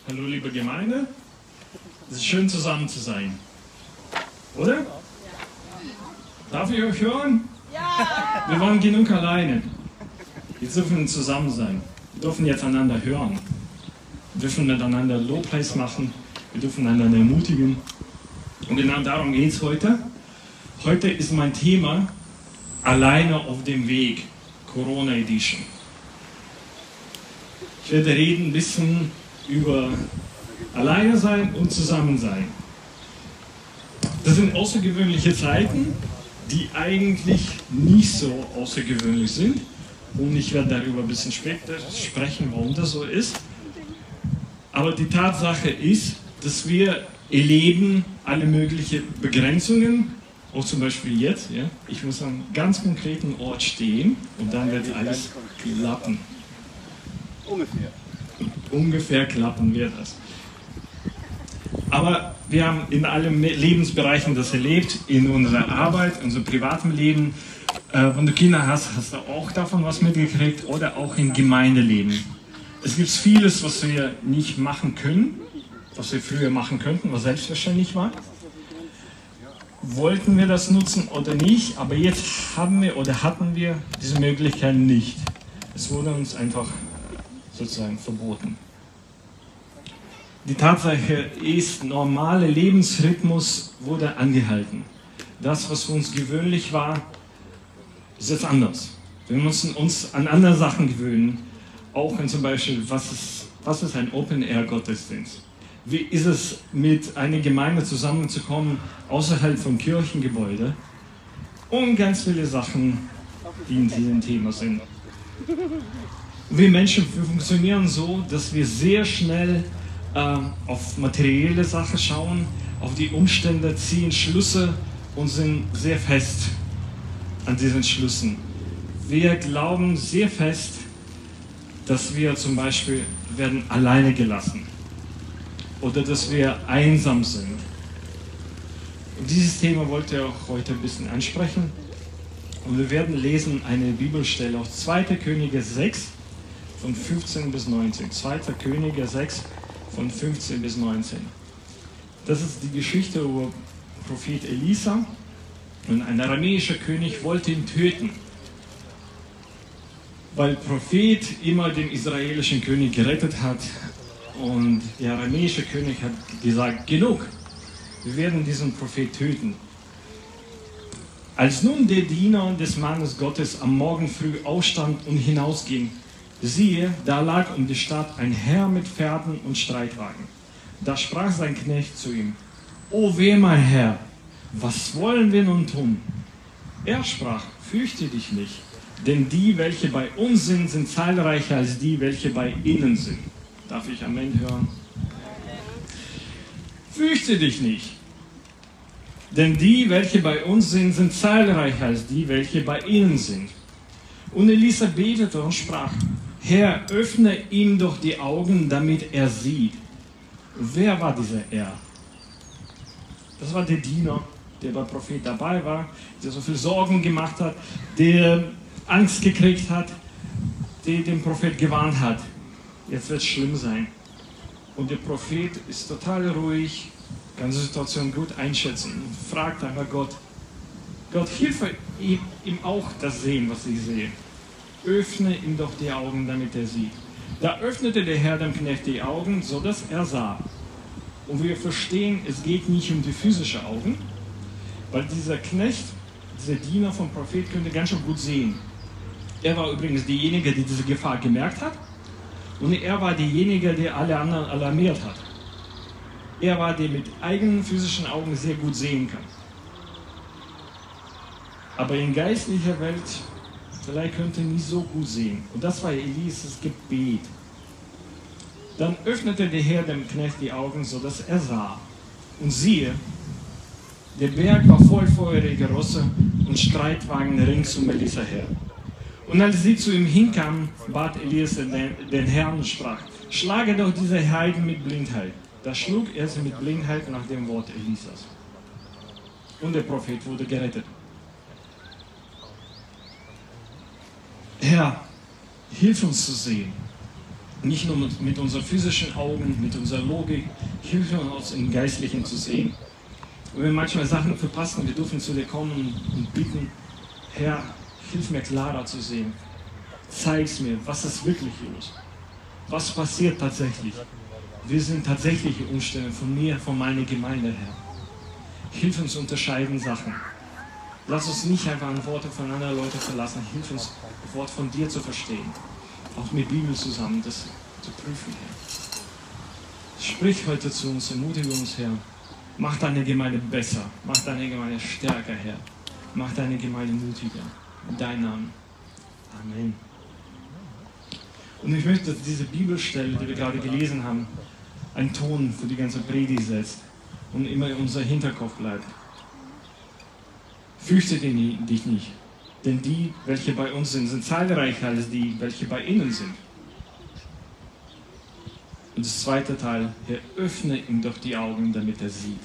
Hallo liebe Gemeinde, es ist schön zusammen zu sein, oder? Darf ich euch hören? Ja! Wir waren genug alleine, jetzt dürfen wir zusammen sein, wir dürfen jetzt einander hören, wir dürfen miteinander Lobpreis machen, wir dürfen einander ermutigen und genau darum geht es heute. Heute ist mein Thema Alleine auf dem Weg, Corona Edition. Ich werde reden ein bisschen über Alleine sein und zusammen sein. Das sind außergewöhnliche Zeiten, die eigentlich nicht so außergewöhnlich sind. Und ich werde darüber ein bisschen später sprechen, warum das so ist. Aber die Tatsache ist, dass wir erleben alle möglichen Begrenzungen, auch zum Beispiel jetzt. Ja, ich muss an einem ganz konkreten Ort stehen und dann wird alles klappen. Ungefähr klappen wird das. Aber wir haben in allen Lebensbereichen das erlebt, in unserer Arbeit, in unserem privaten Leben. Wenn du Kinder hast, hast du auch davon was mitgekriegt oder auch im Gemeindeleben. Es gibt vieles, was wir nicht machen können, was wir früher machen könnten, was selbstverständlich war. Wollten wir das nutzen oder nicht, aber jetzt haben wir oder hatten wir diese Möglichkeit nicht. Es wurde uns einfach sozusagen verboten. Die Tatsache ist, normaler Lebensrhythmus wurde angehalten. Das, was für uns gewöhnlich war, ist jetzt anders. Wir müssen uns an andere Sachen gewöhnen, auch in zum Beispiel, was ist ein Open-Air-Gottesdienst? Wie ist es, mit einer Gemeinde zusammenzukommen, außerhalb von Kirchengebäude? Und ganz viele Sachen, die in diesem Thema sind. Wir Menschen funktionieren so, dass wir sehr schnell auf materielle Sachen schauen, auf die Umstände, ziehen Schlüsse und sind sehr fest an diesen Schlüssen. Wir glauben sehr fest, dass wir zum Beispiel werden alleine gelassen oder dass wir einsam sind. Und dieses Thema wollte ich auch heute ein bisschen ansprechen. Und wir werden lesen eine Bibelstelle aus 2. Könige 6, von 15 bis 19. 2. Könige 6, von 15 bis 19. Das ist die Geschichte über Prophet Elisa. Und ein aramäischer König wollte ihn töten, weil Prophet immer den israelischen König gerettet hat. Und der aramäische König hat gesagt, genug, wir werden diesen Prophet töten. Als nun der Diener des Mannes Gottes am Morgen früh aufstand und hinausging, siehe, da lag um die Stadt ein Herr mit Pferden und Streitwagen. Da sprach sein Knecht zu ihm, O weh, mein Herr, was wollen wir nun tun? Er sprach, fürchte dich nicht, denn die, welche bei uns sind, sind zahlreicher als die, welche bei ihnen sind. Darf ich Amen hören? Fürchte dich nicht, denn die, welche bei uns sind, sind zahlreicher als die, welche bei ihnen sind. Und Elisa betete und sprach, Herr, öffne ihm doch die Augen, damit er sieht. Wer war dieser Er? Das war der Diener, der beim Prophet dabei war, der so viel Sorgen gemacht hat, der Angst gekriegt hat, der den Prophet gewarnt hat. Jetzt wird es schlimm sein. Und der Prophet ist total ruhig, kann die Situation gut einschätzen und fragt einfach Gott, Gott, hilfe ihm auch das sehen, was ich sehe. Öffne ihm doch die Augen, damit er sieht. Da öffnete der Herr dem Knecht die Augen, sodass er sah. Und wir verstehen, es geht nicht um die physischen Augen, weil dieser Knecht, dieser Diener vom Prophet, könnte ganz schön gut sehen. Er war übrigens derjenige, der diese Gefahr gemerkt hat. Und er war derjenige, der alle anderen alarmiert hat. Er war der mit eigenen physischen Augen sehr gut sehen kann. Aber in geistlicher Welt vielleicht könnte er nicht so gut sehen. Und das war Elisas Gebet. Dann öffnete der Herr dem Knecht die Augen, sodass er sah. Und siehe, der Berg war voll feuriger Rosse und Streitwagen rings um Elisa her. Und als sie zu ihm hinkamen, bat Elisa den Herrn und sprach, schlage doch diese Heiden mit Blindheit. Da schlug er sie mit Blindheit nach dem Wort Elisas. Und der Prophet wurde gerettet. Herr, hilf uns zu sehen, nicht nur mit unseren physischen Augen, mit unserer Logik, hilf uns im Geistlichen zu sehen. Und wenn wir manchmal Sachen verpassen, wir dürfen zu dir kommen und bitten, Herr, hilf mir klarer zu sehen. Zeig's mir, was ist wirklich los? Was passiert tatsächlich? Wir sind tatsächliche Umstände von mir, von meiner Gemeinde her. Hilf uns unterscheiden Sachen. Lass uns nicht einfach an Worte von anderen Leuten verlassen. Hilf uns, das Wort von dir zu verstehen. Auch mit Bibel zusammen, das zu prüfen, Herr. Sprich heute zu uns, ermutige uns, Herr. Mach deine Gemeinde besser. Mach deine Gemeinde stärker, Herr. Mach deine Gemeinde mutiger. In deinem Namen. Amen. Und ich möchte, dass diese Bibelstelle, die wir gerade gelesen haben, einen Ton für die ganze Predigt setzt und immer in unser Hinterkopf bleibt. Fürchte dich nicht, denn die, welche bei uns sind, sind zahlreicher als die, welche bei ihnen sind. Und das zweite Teil, Herr, öffne ihm doch die Augen, damit er sieht.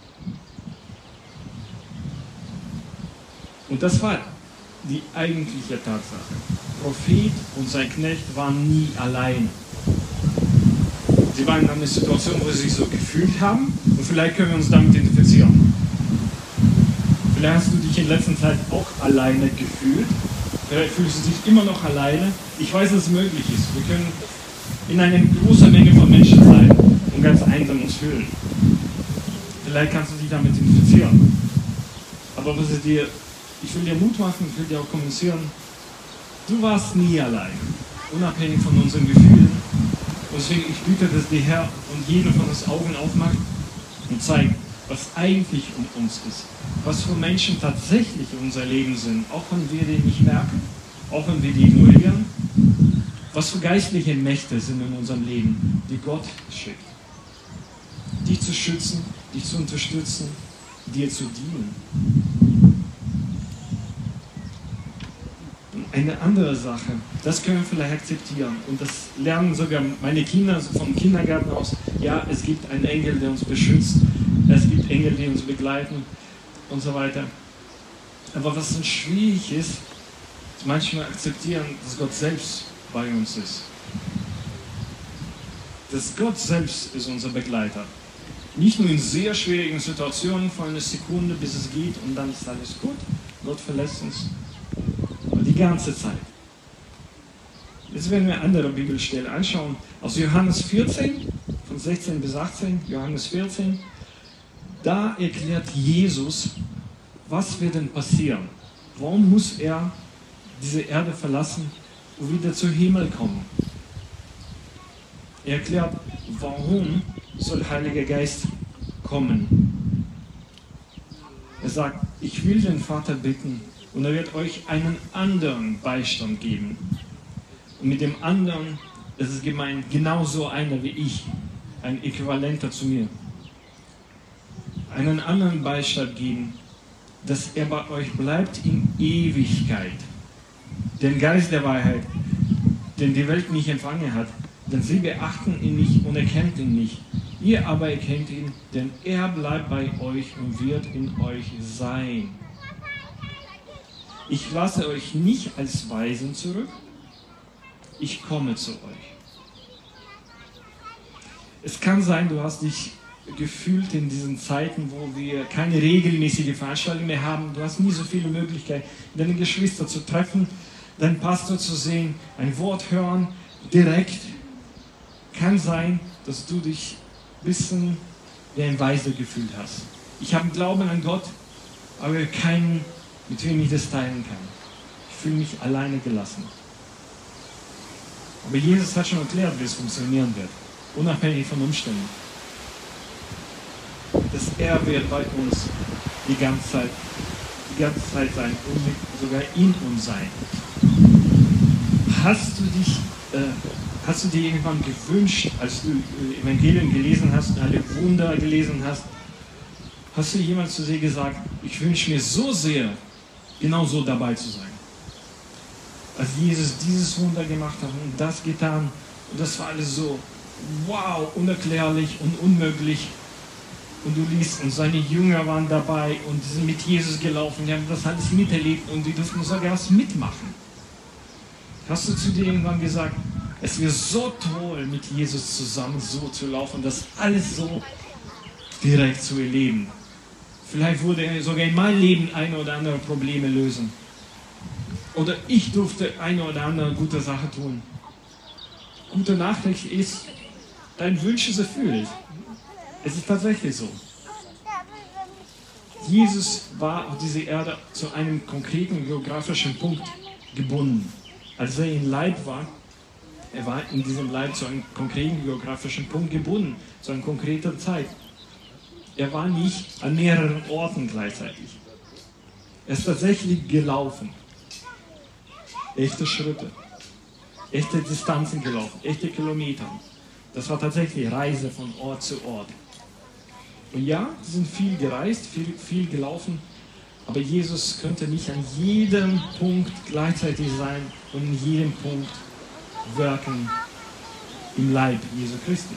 Und das war die eigentliche Tatsache. Prophet und sein Knecht waren nie allein. Sie waren in einer Situation, wo sie sich so gefühlt haben, und vielleicht können wir uns damit identifizieren. Vielleicht hast du dich in letzter Zeit auch alleine gefühlt. Vielleicht fühlst du dich immer noch alleine. Ich weiß, dass es möglich ist. Wir können in einer großen Menge von Menschen sein und ganz einsam uns fühlen. Vielleicht kannst du dich damit identifizieren. Aber ich will dir Mut machen, ich will dir auch kommunizieren, du warst nie allein, unabhängig von unseren Gefühlen. Und deswegen, ich bitte, dass der Herr und jeder von uns Augen aufmacht und zeigt, was eigentlich um uns ist. Was für Menschen tatsächlich in unser Leben sind, auch wenn wir die nicht merken, auch wenn wir die ignorieren. Was für geistliche Mächte sind in unserem Leben, die Gott schickt. Dich zu schützen, dich zu unterstützen, dir zu dienen. Eine andere Sache, das können wir vielleicht akzeptieren und das lernen sogar meine Kinder vom Kindergarten aus. Ja, es gibt einen Engel, der uns beschützt, es gibt Engel, die uns begleiten und so weiter. Aber was dann schwierig ist manchmal akzeptieren, dass Gott selbst bei uns ist. Dass Gott selbst ist unser Begleiter. Nicht nur in sehr schwierigen Situationen, vor einer Sekunde, bis es geht und dann ist alles gut. Gott verlässt uns. Die ganze Zeit. Jetzt werden wir eine andere Bibelstelle anschauen. Aus Johannes 14, von 16 bis 18, Johannes 14. Da erklärt Jesus, was wird denn passieren? Warum muss er diese Erde verlassen und wieder zum Himmel kommen? Er erklärt, warum soll der Heilige Geist kommen. Er sagt, ich will den Vater bitten, und er wird euch einen anderen Beistand geben. Und mit dem anderen, das ist gemeint, genauso einer wie ich, ein Äquivalenter zu mir. Einen anderen Beistand geben, dass er bei euch bleibt in Ewigkeit. Den Geist der Wahrheit, den die Welt nicht empfangen hat, denn sie beachten ihn nicht und erkennt ihn nicht. Ihr aber erkennt ihn, denn er bleibt bei euch und wird in euch sein. Ich lasse euch nicht als Waisen zurück, ich komme zu euch. Es kann sein, du hast dich gefühlt in diesen Zeiten, wo wir keine regelmäßige Veranstaltung mehr haben, du hast nie so viele Möglichkeiten, deine Geschwister zu treffen, deinen Pastor zu sehen, ein Wort hören, direkt. Kann sein, dass du dich ein bisschen wie ein Weiser gefühlt hast. Ich habe Glauben an Gott, aber keinen, mit wem ich das teilen kann. Ich fühle mich alleine gelassen. Aber Jesus hat schon erklärt, wie es funktionieren wird, unabhängig von Umständen. Dass er wird bei uns die ganze Zeit sein und sogar in uns sein. Hast du dir irgendwann gewünscht, als du Evangelien gelesen hast und alle Wunder gelesen hast, hast du jemand zu dir gesagt, ich wünsche mir so sehr, genau so dabei zu sein? Als Jesus dieses Wunder gemacht hat und das getan, und das war alles so, wow, unerklärlich und unmöglich. Und du liest, und seine Jünger waren dabei und sind mit Jesus gelaufen, die haben das alles miterlebt und die durften sogar was mitmachen. Hast du zu dir irgendwann gesagt, Es wäre so toll, mit Jesus zusammen so zu laufen, das alles so direkt zu erleben. Vielleicht würde er sogar in meinem Leben eine oder andere Probleme lösen. Oder ich durfte eine oder andere gute Sache tun. Gute Nachricht ist, dein Wunsch ist erfüllt. Es ist tatsächlich so. Jesus war auf dieser Erde zu einem konkreten geografischen Punkt gebunden. Als er im Leib war, er war in diesem Leib zu einem konkreten geografischen Punkt gebunden, zu einer konkreten Zeit. Er war nicht an mehreren Orten gleichzeitig. Er ist tatsächlich gelaufen. Echte Schritte, echte Distanzen gelaufen, echte Kilometer. Das war tatsächlich Reise von Ort zu Ort. Und ja, sie sind viel gereist, viel gelaufen, aber Jesus könnte nicht an jedem Punkt gleichzeitig sein und in jedem Punkt wirken im Leib Jesu Christi.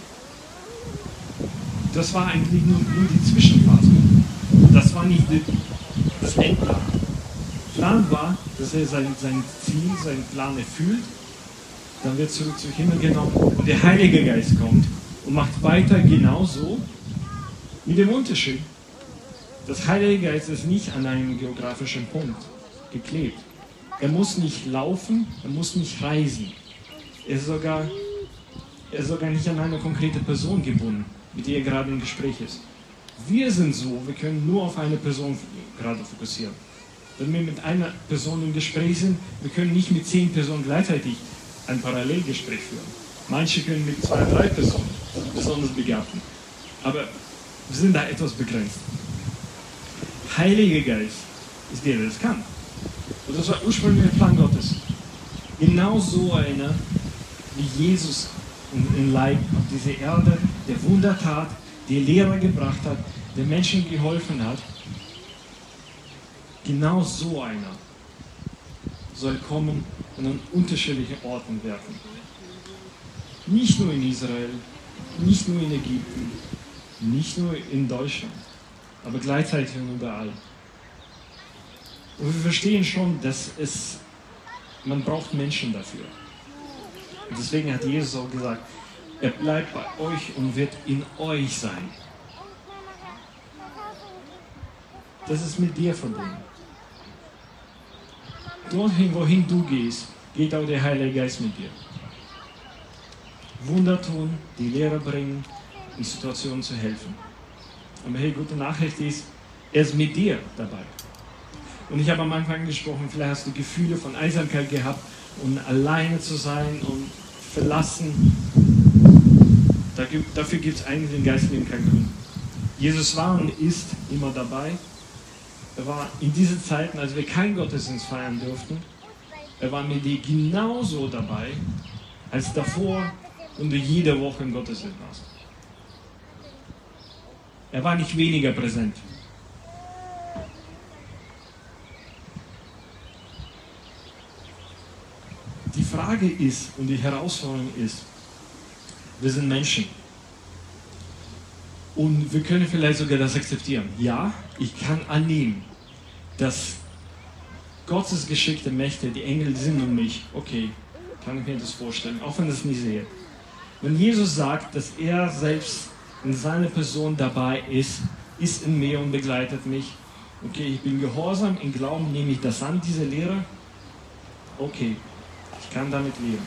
Das war eigentlich nur die Zwischenphase. Das war nicht das Endplan. Plan war, dass er sein Ziel, seinen Plan erfüllt, dann wird zurück zum Himmel genommen und der Heilige Geist kommt und macht weiter genauso, mit dem Unterschied. Das Heilige Geist ist nicht an einem geografischen Punkt geklebt. Er muss nicht laufen, er muss nicht reisen. Er ist sogar nicht an eine konkrete Person gebunden, mit der er gerade im Gespräch ist. Wir sind so, wir können nur auf eine Person gerade fokussieren. Wenn wir mit einer Person im Gespräch sind, wir können nicht mit 10 Personen gleichzeitig ein Parallelgespräch führen. Manche können mit 2, 3 Personen, besonders Begabten. Aber wir sind da etwas begrenzt. Heiliger Geist ist der das kann. Und das war ursprünglich der Plan Gottes. Genau so einer, wie Jesus in Leib auf diese Erde, der Wunder tat, der Lehrer gebracht hat, der Menschen geholfen hat. Genau so einer soll kommen und an unterschiedlichen Orten wirken. Nicht nur in Israel, nicht nur in Ägypten, nicht nur in Deutschland, aber gleichzeitig und überall. Und wir verstehen schon, dass man braucht Menschen dafür. Und deswegen hat Jesus auch gesagt, er bleibt bei euch und wird in euch sein. Das ist mit dir verbunden. Dorthin, wohin du gehst, geht auch der Heilige Geist mit dir. Wunder tun, die Lehre bringen, in Situationen zu helfen. Aber hey, gute Nachricht ist, er ist mit dir dabei. Und ich habe am Anfang gesprochen, vielleicht hast du Gefühle von Einsamkeit gehabt und alleine zu sein und verlassen. Dafür gibt es eigentlich den geistlichen keinen Grund. Jesus war und ist immer dabei. Er war in diesen Zeiten, als wir keinen Gottesdienst feiern durften, er war mit dir genauso dabei, als davor und du jede Woche im Gottesdienst warst. Er war nicht weniger präsent. Die Frage ist und die Herausforderung ist, wir sind Menschen. Und wir können vielleicht sogar das akzeptieren. Ja, ich kann annehmen, dass Gottes geschickte Mächte, die Engel sind um mich. Okay, kann ich mir das vorstellen, auch wenn ich das nicht sehe. Wenn Jesus sagt, dass er selbst in seiner Person dabei ist in mir und begleitet mich. Okay, ich bin gehorsam, im Glauben nehme ich das an, diese Lehre. Okay, ich kann damit leben.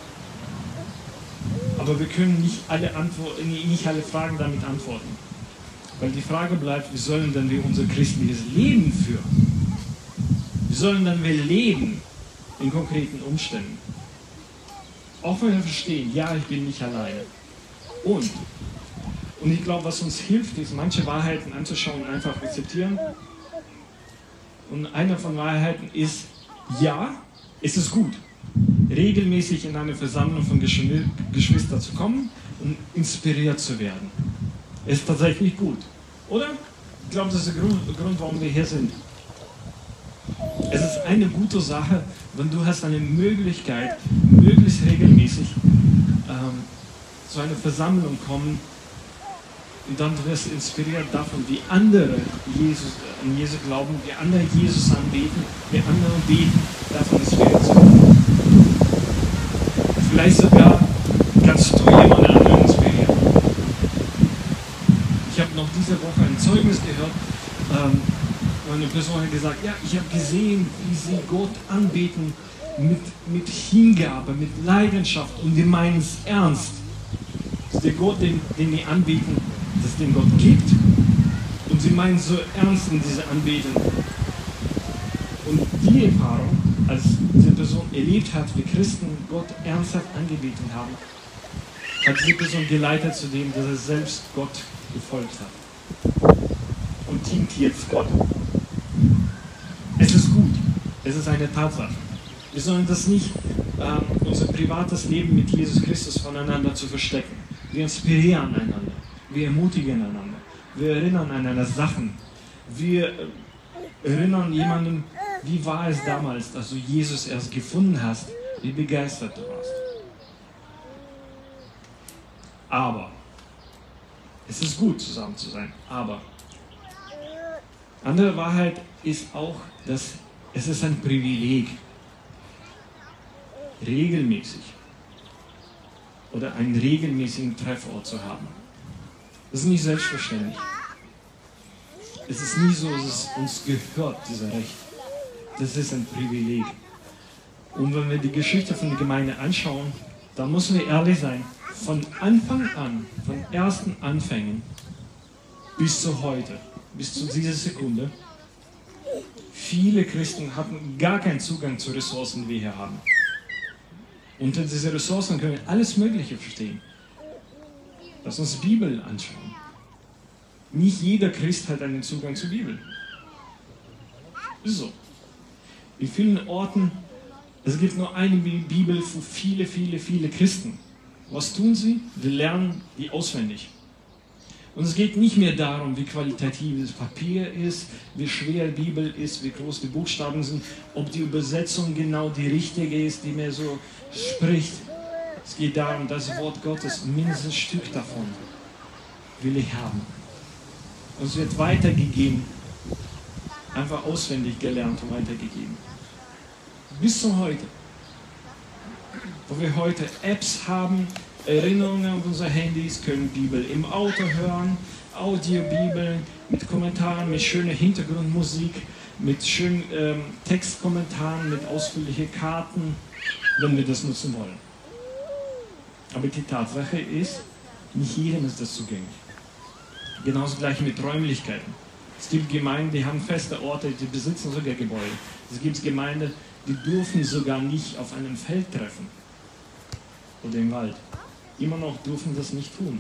Aber wir können nicht alle Fragen damit antworten. Weil die Frage bleibt, wie sollen dann wir unser christliches Leben führen? Wie sollen dann wir leben in konkreten Umständen? Auch wenn wir verstehen, ja, ich bin nicht alleine. Und ich glaube, was uns hilft, ist, manche Wahrheiten anzuschauen und einfach akzeptieren. Und eine von Wahrheiten ist, ja, es ist gut, regelmäßig in eine Versammlung von Geschwistern zu kommen und inspiriert zu werden. Es ist tatsächlich gut, oder? Ich glaube, das ist der Grund, warum wir hier sind. Es ist eine gute Sache, wenn du hast eine Möglichkeit, möglichst regelmäßig zu einer Versammlung kommen und dann wirst du inspiriert davon, wie andere an Jesus glauben, wie andere Jesus anbeten, wie andere beten, davon inspiriert zu werden. Vielleicht sogar kannst du jemanden anderen inspirieren. Ich habe noch diese Woche ein Zeugnis gehört, wo eine Person hat gesagt, ja, ich habe gesehen, wie sie Gott anbeten mit Hingabe, mit Leidenschaft und die meinen es ernst. Der Gott, den die anbeten, dass es den Gott gibt und sie meinen so ernst in dieser Anbetung. Und die Erfahrung, als diese Person erlebt hat, wie Christen Gott ernsthaft angebetet haben, hat diese Person geleitet zu dem, dass er selbst Gott gefolgt hat. Und dient jetzt Gott. Es ist gut. Es ist eine Tatsache. Wir sollen das nicht, unser privates Leben mit Jesus Christus voneinander zu verstecken. Wir inspirieren einander. Wir ermutigen einander. Wir erinnern einander Sachen. Wir erinnern jemanden, wie war es damals, als du Jesus erst gefunden hast, wie begeistert du warst. Aber, es ist gut, zusammen zu sein, aber andere Wahrheit ist auch, dass es ist ein Privileg, regelmäßig oder einen regelmäßigen Treffort zu haben. Das ist nicht selbstverständlich. Es ist nie so, dass es uns gehört, dieser Recht. Das ist ein Privileg. Und wenn wir die Geschichte von der Gemeinde anschauen, dann müssen wir ehrlich sein, von Anfang an, von ersten Anfängen bis zu heute, bis zu dieser Sekunde, viele Christen hatten gar keinen Zugang zu Ressourcen, die wir hier haben. Unter diese Ressourcen können wir alles Mögliche verstehen. Lass uns die Bibel anschauen. Nicht jeder Christ hat einen Zugang zur Bibel. Ist so. In vielen Orten, es gibt nur eine Bibel für viele, viele, viele Christen. Was tun sie? Wir lernen die auswendig. Und es geht nicht mehr darum, wie qualitativ das Papier ist, wie schwer die Bibel ist, wie groß die Buchstaben sind, ob die Übersetzung genau die richtige ist, die mir so spricht. Es geht darum, das Wort Gottes, mindestens ein Stück davon will ich haben. Und es wird weitergegeben, einfach auswendig gelernt und weitergegeben. Bis zum heute. Wo wir heute Apps haben, Erinnerungen auf unsere Handys, können Bibel im Auto hören, Audiobibel mit Kommentaren, mit schöner Hintergrundmusik, mit schönen Textkommentaren, mit ausführlichen Karten, wenn wir das nutzen wollen. Aber die Tatsache ist, nicht jedem ist das zugänglich. Genauso gleich mit Räumlichkeiten. Es gibt Gemeinden, die haben feste Orte, die besitzen sogar Gebäude. Es gibt Gemeinden, die dürfen sogar nicht auf einem Feld treffen oder im Wald. Immer noch dürfen das nicht tun.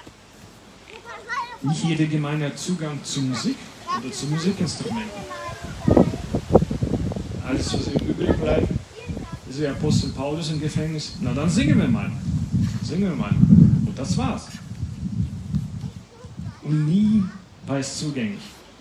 Nicht jede Gemeinde hat Zugang zu Musik oder zu Musikinstrumenten. Alles, was übrig bleibt, ist wie Apostel Paulus im Gefängnis. Na dann singen wir mal. Singen wir mal. Und das war's. Und nie war es zugänglich.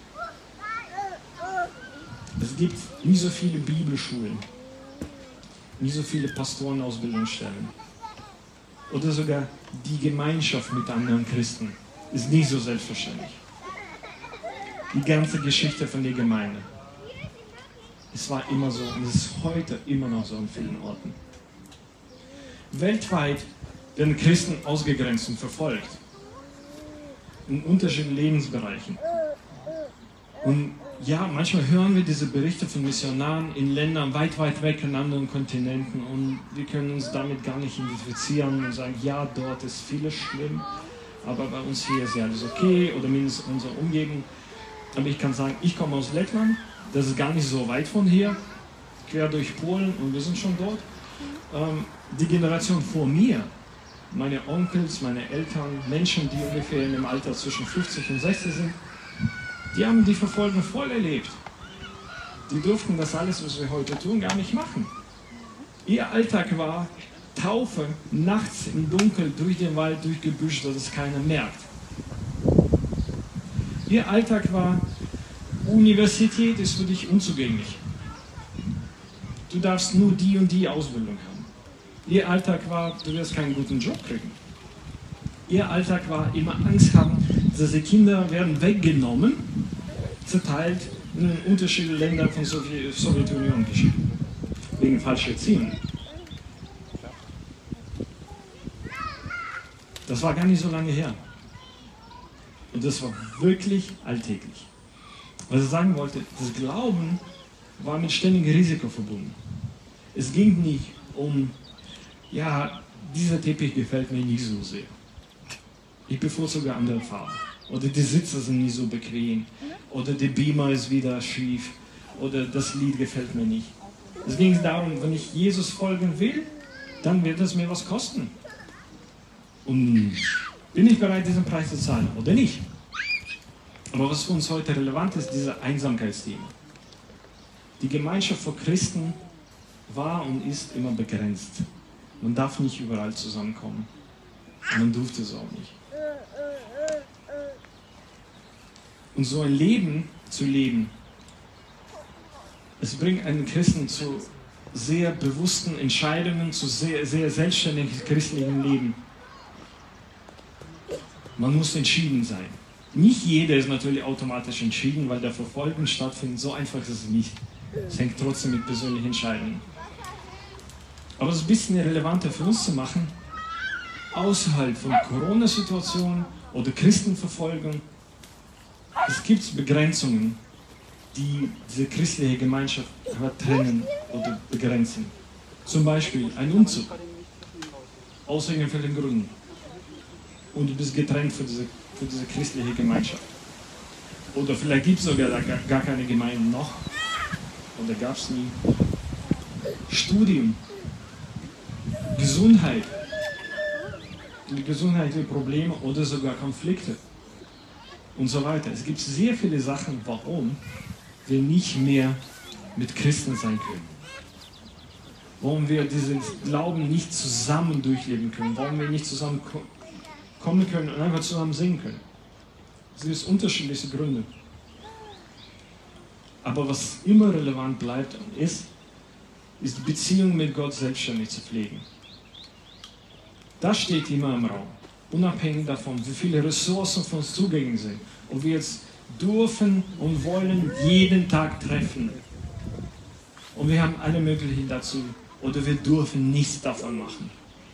Es gibt nie so viele Bibelschulen, nie so viele Pastorenausbildungsstellen. Oder sogar die Gemeinschaft mit anderen Christen ist nicht so selbstverständlich. Die ganze Geschichte von der Gemeinde. Es war immer so und es ist heute immer noch so an vielen Orten. Weltweit werden Christen ausgegrenzt und verfolgt. In unterschiedlichen Lebensbereichen. Und ja, manchmal hören wir diese Berichte von Missionaren in Ländern weit, weit weg, in anderen Kontinenten, und wir können uns damit gar nicht identifizieren und sagen, ja, dort ist vieles schlimm, aber bei uns hier ist ja alles okay, oder mindestens unsere Umgebung. Aber ich kann sagen, ich komme aus Lettland, das ist gar nicht so weit von hier, quer durch Polen, und wir sind schon dort. Die Generation vor mir, meine Onkels, meine Eltern, Menschen, die ungefähr in dem Alter zwischen 50 und 60 sind, die haben die Verfolgung voll erlebt. Die durften das alles, was wir heute tun, gar nicht machen. Ihr Alltag war Taufe nachts im Dunkeln durch den Wald, durch Gebüsch, dass es keiner merkt. Ihr Alltag war, Universität ist für dich unzugänglich. Du darfst nur die und die Ausbildung haben. Ihr Alltag war, du wirst keinen guten Job kriegen. Ihr Alltag war, immer Angst haben, dass die Kinder werden weggenommen, zerteilt in unterschiedliche Länder von Sowjetunion geschickt. Wegen falscher Erziehung. Das war gar nicht so lange her. Und das war wirklich alltäglich. Was ich sagen wollte, das Glauben war mit ständigem Risiko verbunden. Es ging nicht um, ja, dieser Teppich gefällt mir nicht so sehr. Ich bevorzuge andere Farben. Oder die Sitze sind nicht so bequem. Oder der Beamer ist wieder schief. Oder das Lied gefällt mir nicht. Es ging darum, wenn ich Jesus folgen will, dann wird es mir was kosten. Und bin ich bereit, diesen Preis zu zahlen oder nicht? Aber was für uns heute relevant ist, dieses Einsamkeitsthema. Die Gemeinschaft von Christen war und ist immer begrenzt. Man darf nicht überall zusammenkommen. Und man durfte es auch nicht. Und so ein Leben zu leben, es bringt einen Christen zu sehr bewussten Entscheidungen, zu sehr, sehr selbstständigen christlichen Leben. Man muss entschieden sein. Nicht jeder ist natürlich automatisch entschieden, weil der Verfolgung stattfindet. So einfach ist es nicht. Es hängt trotzdem mit persönlichen Entscheidungen. Aber es ist ein bisschen relevanter für uns zu machen, außerhalb von Corona-Situationen oder Christenverfolgung. Es gibt Begrenzungen, die diese christliche Gemeinschaft trennen oder begrenzen. Zum Beispiel ein Umzug. Aus irgendwelchen Gründen. Und du bist getrennt für diese christliche Gemeinschaft. Oder vielleicht gibt es sogar gar keine Gemeinden noch. Oder gab es nie. Studium. Gesundheit. Gesundheitliche Probleme oder sogar Konflikte. Und so weiter. Es gibt sehr viele Sachen, warum wir nicht mehr mit Christen sein können. Warum wir diesen Glauben nicht zusammen durchleben können. Warum wir nicht zusammen kommen können und einfach zusammen singen können. Es gibt unterschiedliche Gründe. Aber was immer relevant bleibt und ist die Beziehung mit Gott selbstständig zu pflegen. Das steht immer im Raum. Unabhängig davon, wie viele Ressourcen von uns zugänglich sind. Und wir jetzt dürfen und wollen jeden Tag treffen. Und wir haben alle Möglichkeiten dazu. Oder wir dürfen nichts davon machen.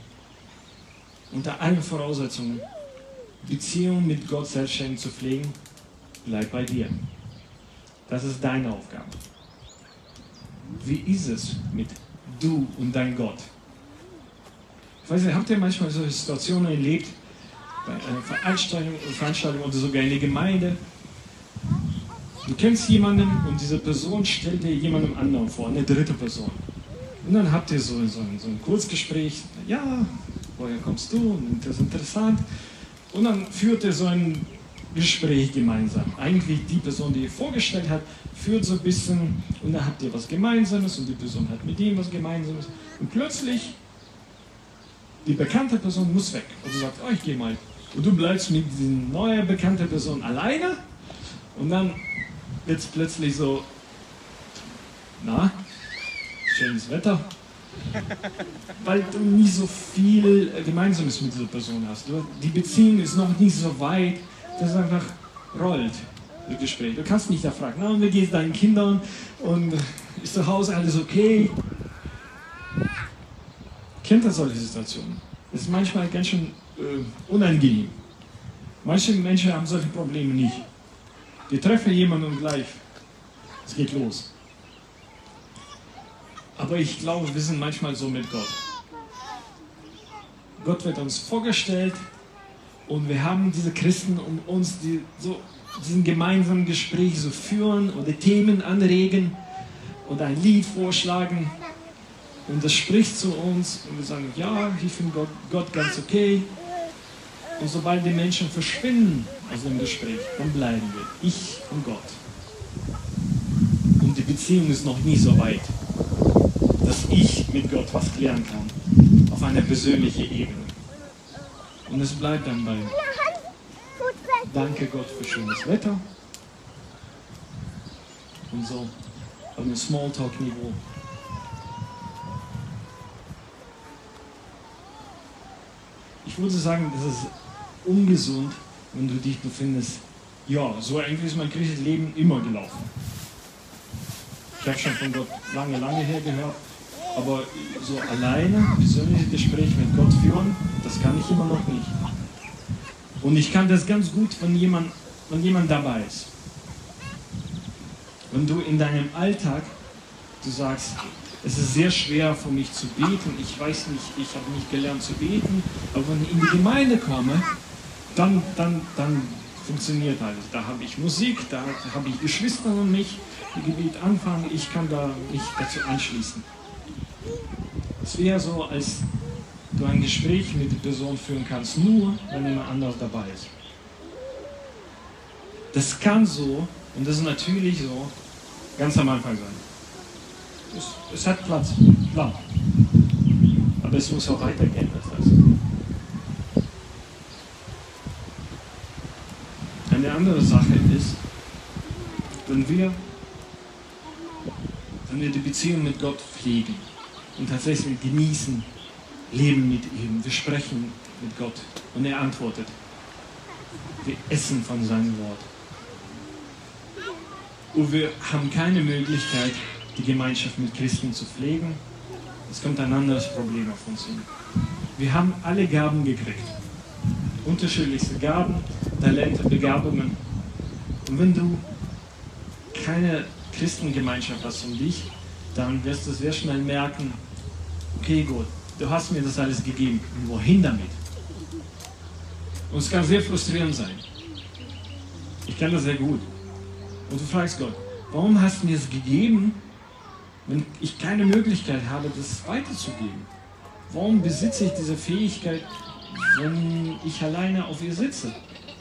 Unter allen Voraussetzungen, Beziehung mit Gott selbstständig zu pflegen, bleib bei dir. Das ist deine Aufgabe. Wie ist es mit du und dein Gott? Ich weiß nicht, habt ihr manchmal solche Situationen erlebt, bei einer Veranstaltung oder sogar in der Gemeinde? Du kennst jemanden und diese Person stellt dir jemandem anderen vor, eine dritte Person. Und dann habt ihr so ein Kurzgespräch, ja, woher kommst du? Und das ist interessant. Und dann führt ihr so ein Gespräch gemeinsam. Eigentlich die Person, die ihr vorgestellt hat, führt so ein bisschen und dann habt ihr was Gemeinsames und die Person hat mit ihm was Gemeinsames. Und plötzlich, die bekannte Person muss weg. Und du sagst, oh, ich gehe mal. Und du bleibst mit dieser neuen bekannten Person alleine und dann wird es plötzlich so, na, schönes Wetter. Weil du nicht so viel Gemeinsames mit dieser Person hast. Die Beziehung ist noch nicht so weit, dass es einfach rollt, das Gespräch. Du kannst nicht da fragen, na und wie geht es deinen Kindern und ist zu Hause alles okay? Kennt ihr solche Situationen? Das ist manchmal ganz schön unangenehm. Manche Menschen haben solche Probleme nicht. Die treffen jemanden und gleich, es geht los. Aber ich glaube, wir sind manchmal so mit Gott. Gott wird uns vorgestellt und wir haben diese Christen um uns, die so diesen gemeinsamen Gespräch so führen oder Themen anregen oder ein Lied vorschlagen und das spricht zu uns und wir sagen, ja, ich finde Gott ganz okay. Und sobald die Menschen verschwinden aus dem Gespräch, dann bleiben wir, ich und Gott. Und die Beziehung ist noch nie so weit, dass ich mit Gott was klären kann, auf einer persönlichen Ebene. Und es bleibt dann bei, danke Gott für schönes Wetter und so, auf einem Smalltalk-Niveau. Ich würde sagen, das ist ungesund, wenn du dich befindest, ja, so irgendwie ist mein christliches Leben immer gelaufen. Ich habe schon von Gott lange, lange her gehört, aber so alleine persönliche Gespräche mit Gott führen, das kann ich immer noch nicht. Und ich kann das ganz gut, wenn jemand dabei ist. Wenn du in deinem Alltag, du sagst, es ist sehr schwer für mich zu beten, ich weiß nicht, ich habe nicht gelernt zu beten, aber wenn ich in die Gemeinde komme, dann funktioniert alles. Da habe ich Musik, da habe ich Geschwister und mich, die Gebet anfangen, ich kann da mich dazu anschließen. Es wäre so, als du ein Gespräch mit der Person führen kannst, nur wenn jemand anderes dabei ist. Das kann so, und das ist natürlich so, ganz am Anfang sein. Es hat Platz, klar. Aber es muss auch weitergehen, das heißt. Eine andere Sache ist, wenn wir die Beziehung mit Gott pflegen und tatsächlich genießen, leben mit ihm, wir sprechen mit Gott und er antwortet. Wir essen von seinem Wort. Und wir haben keine Möglichkeit, die Gemeinschaft mit Christen zu pflegen. Es kommt ein anderes Problem auf uns hin. Wir haben alle Gaben gekriegt. Unterschiedlichste Gaben, Talente, Begabungen. Und wenn du keine Christengemeinschaft hast um dich, dann wirst du sehr schnell merken, okay Gott, du hast mir das alles gegeben. Und wohin damit? Und es kann sehr frustrierend sein. Ich kenne das sehr gut. Und du fragst Gott, warum hast du mir es gegeben, wenn ich keine Möglichkeit habe, das weiterzugeben? Warum besitze ich diese Fähigkeit, wenn ich alleine auf ihr sitze?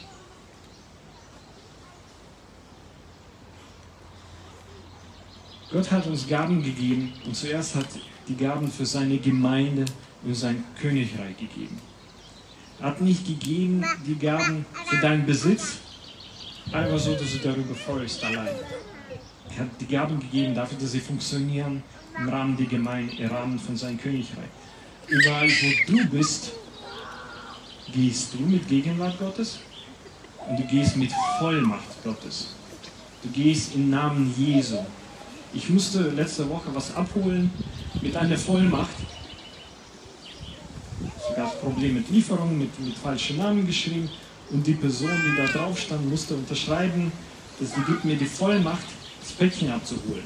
Gott hat uns Gaben gegeben und zuerst hat die Gaben für seine Gemeinde und sein Königreich gegeben. Er hat nicht gegeben die Gaben für deinen Besitz, einfach so, dass du darüber freust, allein. Er hat die Gaben gegeben dafür, dass sie funktionieren im Rahmen der Gemeinde, im Rahmen von seinem Königreich. Überall, wo du bist, gehst du mit Gegenwart Gottes und du gehst mit Vollmacht Gottes. Du gehst im Namen Jesu. Ich musste letzte Woche was abholen mit einer Vollmacht. Es gab Probleme mit Lieferungen, mit falschen Namen geschrieben. Und die Person, die da drauf stand, musste unterschreiben, dass sie gibt mir die Vollmacht, das Päckchen abzuholen.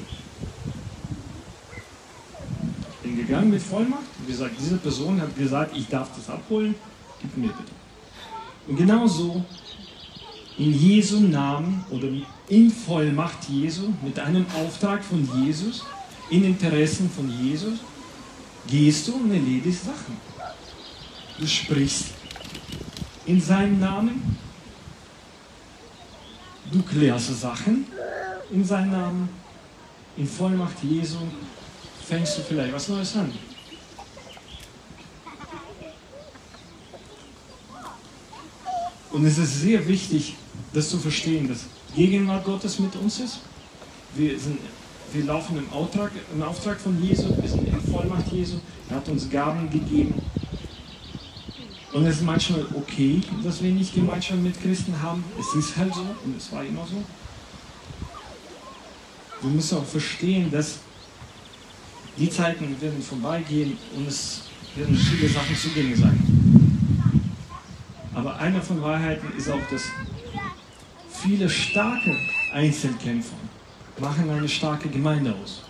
Ich bin gegangen mit Vollmacht. Wie gesagt, diese Person hat gesagt, ich darf das abholen, gib mir bitte. Und genauso in Jesu Namen oder in Vollmacht Jesu, mit einem Auftrag von Jesus, in Interessen von Jesus, gehst du und erledigst Sachen. Du sprichst in seinem Namen, du klärst Sachen in seinem Namen, in Vollmacht Jesu fängst du vielleicht was Neues an. Und es ist sehr wichtig, das zu verstehen, dass Gegenwart Gottes mit uns ist. Wir laufen im Auftrag von Jesus, wir sind in Vollmacht Jesu, er hat uns Gaben gegeben. Und es ist manchmal okay, dass wir nicht Gemeinschaft mit Christen haben. Es ist halt so und es war immer so. Wir müssen auch verstehen, dass die Zeiten werden vorbeigehen und es werden viele Sachen zugänglich sein. Aber eine von Wahrheiten ist auch, dass viele starke Einzelkämpfer machen eine starke Gemeinde aus.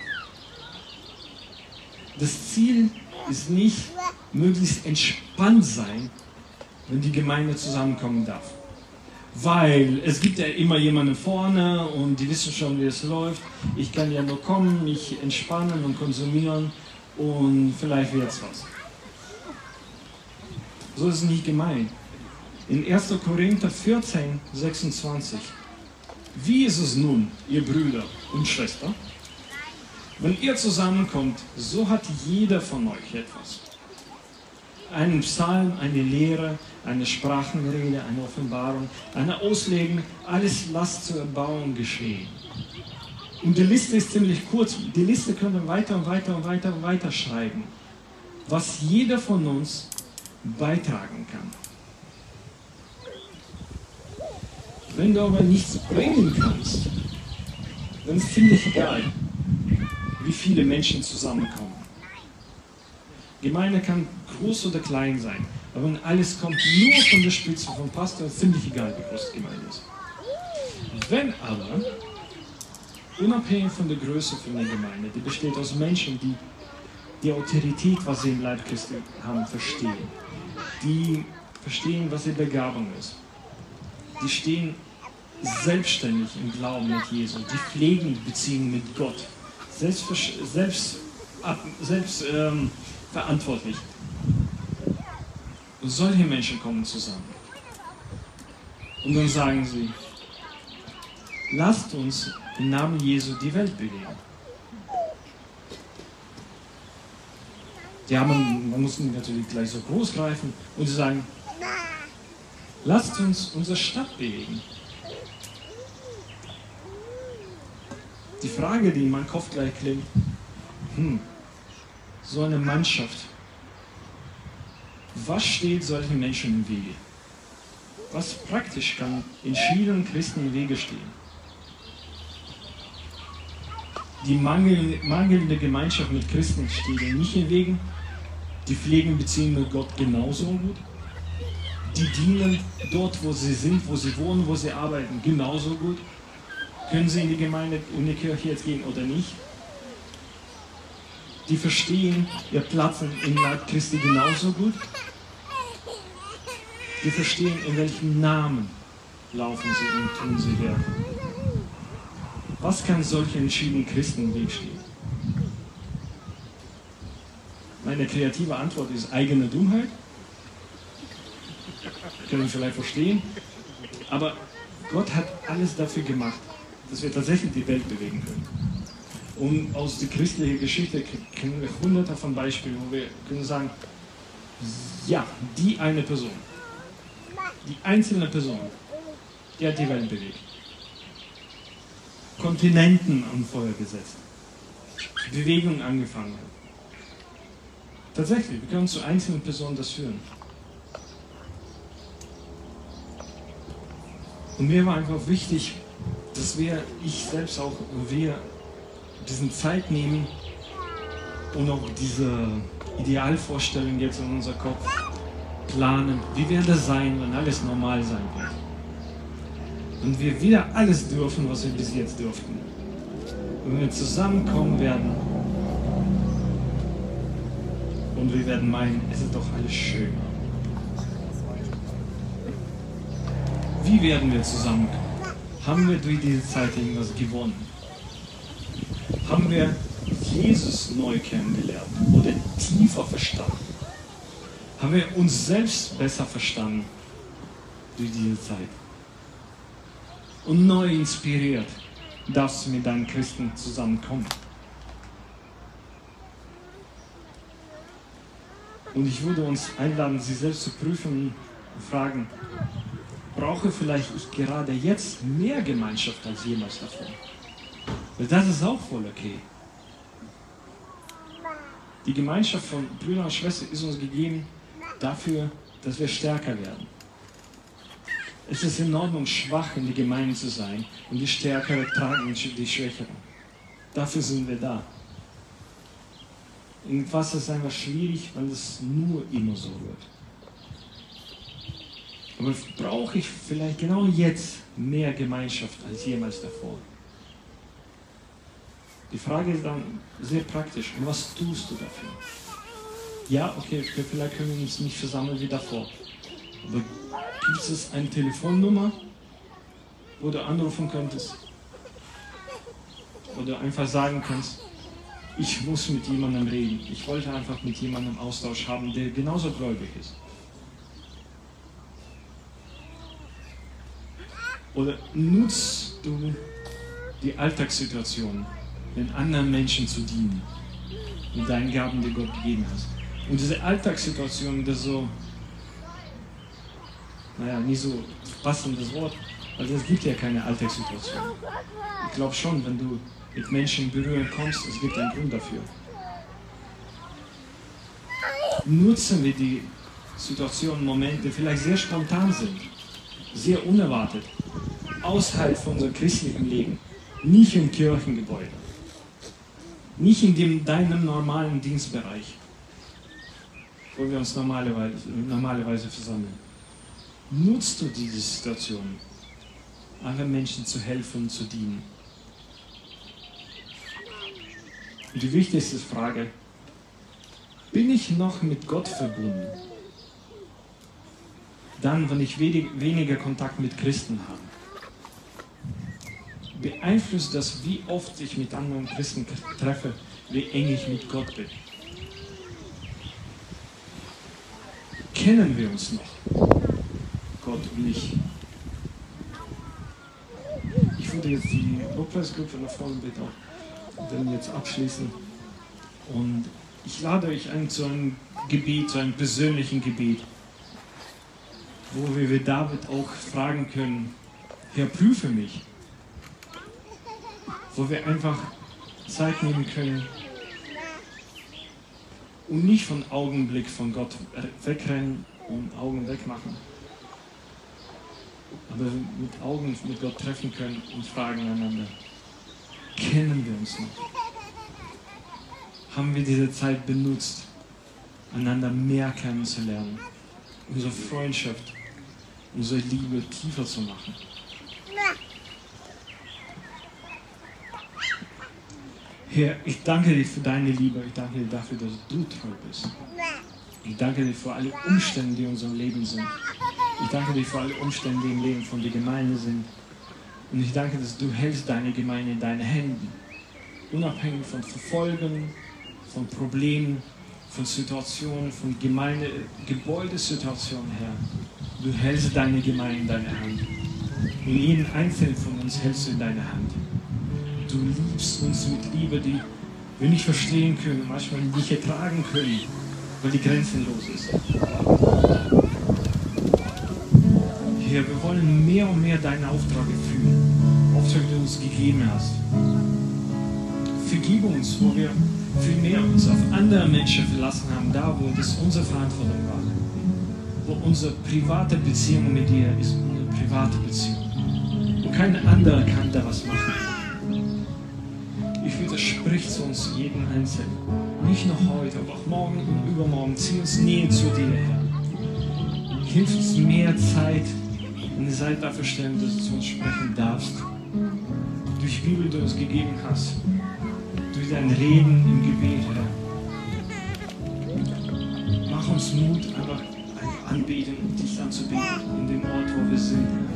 Das Ziel ist nicht, möglichst entspannt sein, wenn die Gemeinde zusammenkommen darf. Weil es gibt ja immer jemanden vorne und die wissen schon, wie es läuft. Ich kann ja nur kommen, mich entspannen und konsumieren und vielleicht wird es was. So ist es nicht gemeint. In 1. Korinther 14, 26. Wie ist es nun, ihr Brüder und Schwestern? Wenn ihr zusammenkommt, so hat jeder von euch etwas. Einen Psalm, eine Lehre, eine Sprachenrede, eine Offenbarung, eine Auslegung, alles lasst zur Erbauung geschehen. Und die Liste ist ziemlich kurz. Die Liste können wir weiter und weiter und weiter und weiter schreiben, was jeder von uns beitragen kann. Wenn du aber nichts bringen kannst, dann ist es ziemlich egal, wie viele Menschen zusammenkommen. Gemeinde kann groß oder klein sein. Aber wenn alles kommt nur von der Spitze vom Pastor, ist ziemlich egal, wie groß die Gemeinde ist. Wenn aber, unabhängig von der Größe von der Gemeinde, die besteht aus Menschen, die die Autorität, was sie im Leib Christi haben, verstehen. Die verstehen, was ihre Begabung ist. Die stehen selbstständig im Glauben mit Jesus. Die pflegen die Beziehung mit Gott. Verantwortlich. Und solche Menschen kommen zusammen. Und dann sagen sie, lasst uns im Namen Jesu die Welt bewegen. Man muss natürlich gleich so groß greifen und sie sagen, lasst uns unsere Stadt bewegen. Die Frage, die in meinem Kopf gleich klingt, so eine Mannschaft, was steht solchen Menschen im Wege? Was praktisch kann in vielen Christen im Wege stehen? Die mangelnde Gemeinschaft mit Christen steht ihnen nicht im Wege. Die pflegen Beziehungen mit Gott genauso gut. Die dienen dort, wo sie sind, wo sie wohnen, wo sie arbeiten, genauso gut. Können sie in die Gemeinde, in die Kirche jetzt gehen oder nicht? Die verstehen ihr Platz im Leib Christi genauso gut. Die verstehen, in welchem Namen laufen sie und tun sie Werke. Was kann solchen entschiedenen Christen im Weg stehen? Meine kreative Antwort ist eigene Dummheit. Können wir vielleicht verstehen. Aber Gott hat alles dafür gemacht, dass wir tatsächlich die Welt bewegen können. Und aus der christlichen Geschichte kennen wir hunderte von Beispielen, wo wir können sagen, ja, die eine Person, die einzelne Person, die hat die Welt bewegt. Kontinenten am Feuer gesetzt. Bewegung angefangen hat. Tatsächlich, wir können zu einzelnen Personen das führen. Und mir war einfach wichtig, dass ich selbst auch, diesen Zeit nehmen und auch diese Idealvorstellung jetzt in unser Kopf planen. Wie wird das sein, wenn alles normal sein wird? Und wir wieder alles dürfen, was wir bis jetzt durften. Und wenn wir zusammenkommen werden und wir werden meinen, es ist doch alles schön. Wie werden wir zusammenkommen? Haben wir durch diese Zeit irgendwas gewonnen? Haben wir Jesus neu kennengelernt oder tiefer verstanden? Haben wir uns selbst besser verstanden durch diese Zeit? Und neu inspiriert, darfst du mit deinen Christen zusammenkommen. Und ich würde uns einladen, sie selbst zu prüfen und fragen, brauche vielleicht ich gerade jetzt mehr Gemeinschaft als jemals davor? Weil das ist auch voll okay. Die Gemeinschaft von Brüdern und Schwestern ist uns gegeben dafür, dass wir stärker werden. Es ist in Ordnung, schwach in die Gemeinde zu sein und die Stärkeren tragen die Schwächeren. Dafür sind wir da. In was ist einfach schwierig, weil es nur immer so wird. Aber brauche ich vielleicht genau jetzt mehr Gemeinschaft als jemals davor? Die Frage ist dann sehr praktisch. Und was tust du dafür? Ja, okay, vielleicht können wir uns nicht versammeln wie davor. Aber gibt es eine Telefonnummer, wo du anrufen könntest? Wo du einfach sagen kannst, ich muss mit jemandem reden. Ich wollte einfach mit jemandem Austausch haben, der genauso gläubig ist. Oder nutzt du die Alltagssituation, den anderen Menschen zu dienen, mit deinen Gaben, die Gott gegeben hast. Und diese Alltagssituation, das so, nicht so passendes Wort, also es gibt ja keine Alltagssituation. Ich glaube schon, wenn du mit Menschen in Berührung kommst, es gibt einen Grund dafür. Nutzen wir die Situationen, Momente, die vielleicht sehr spontan sind, sehr unerwartet, außerhalb von unserem christlichen Leben, nicht im Kirchengebäude, nicht in deinem normalen Dienstbereich. wo wir uns normalerweise versammeln. Nutzt du diese Situation, anderen Menschen zu helfen und zu dienen? Und die wichtigste Frage: Bin ich noch mit Gott verbunden? Dann, wenn ich weniger Kontakt mit Christen habe. Beeinflusst das, wie oft ich mit anderen Christen treffe, wie eng ich mit Gott bin? Kennen wir uns noch, Gott und ich? Ich würde jetzt die Lobpreisgruppe nach vorne bitte auch, werden jetzt abschließen. Und ich lade euch ein zu einem Gebet, zu einem persönlichen Gebet, wo wir David auch fragen können: Herr, prüfe mich. Wo wir einfach Zeit nehmen können und nicht von Augenblick von Gott wegrennen und Augen wegmachen, aber mit Augen mit Gott treffen können und fragen einander: Kennen wir uns noch? Haben wir diese Zeit benutzt, einander mehr kennenzulernen, unsere Freundschaft, unsere Liebe tiefer zu machen? Herr, ich danke dir für deine Liebe, ich danke dir dafür, dass du treu bist. Ich danke dir für alle Umstände, die in unserem Leben sind. Ich danke dir für alle Umstände, die im Leben von der Gemeinde sind. Und ich danke, dass du hältst deine Gemeinde in deinen Händen. Unabhängig von Verfolgen, von Problemen, von Situationen, von Gebäudesituationen her. Du hältst deine Gemeinde in deiner Hand. Und jeden einzelnen von uns hältst du in deiner Hand. Du liebst uns mit Liebe, die wir nicht verstehen können, manchmal nicht ertragen können, weil die grenzenlos ist. Herr, wir wollen mehr und mehr deinen Auftrag erfüllen. Auftrag, den du uns gegeben hast. Vergib uns, wo wir viel mehr uns auf andere Menschen verlassen haben, da wo das unsere Verantwortung war. Wo unsere private Beziehung mit dir ist, eine private Beziehung. Wo kein anderer kann da was machen. Ich widersprich zu uns jeden Einzelnen. Nicht nur heute, aber auch morgen und übermorgen. Zieh uns näher zu dir, Herr. Hilf uns mehr Zeit in die Seite dafür stellen, dass du zu uns sprechen darfst. Durch die Bibel, die du uns gegeben hast. Durch dein Reden im Gebet, Herr. Mach uns Mut, einfach anbeten und dich anzubeten in dem Ort, wo wir sind, Herr.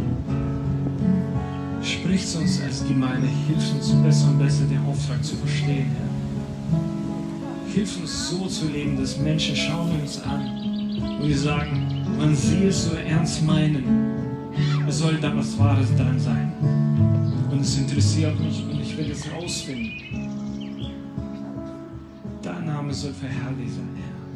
Sprich zu uns als Gemeinde, hilf uns besser und besser den Auftrag zu verstehen, Herr. Hilf uns so zu leben, dass Menschen schauen uns an und wir sagen, man sie es so ernst meinen. Es soll da was Wahres dran sein. Und es interessiert mich und ich will es rausfinden. Dein Name soll verherrlicht sein, Herr.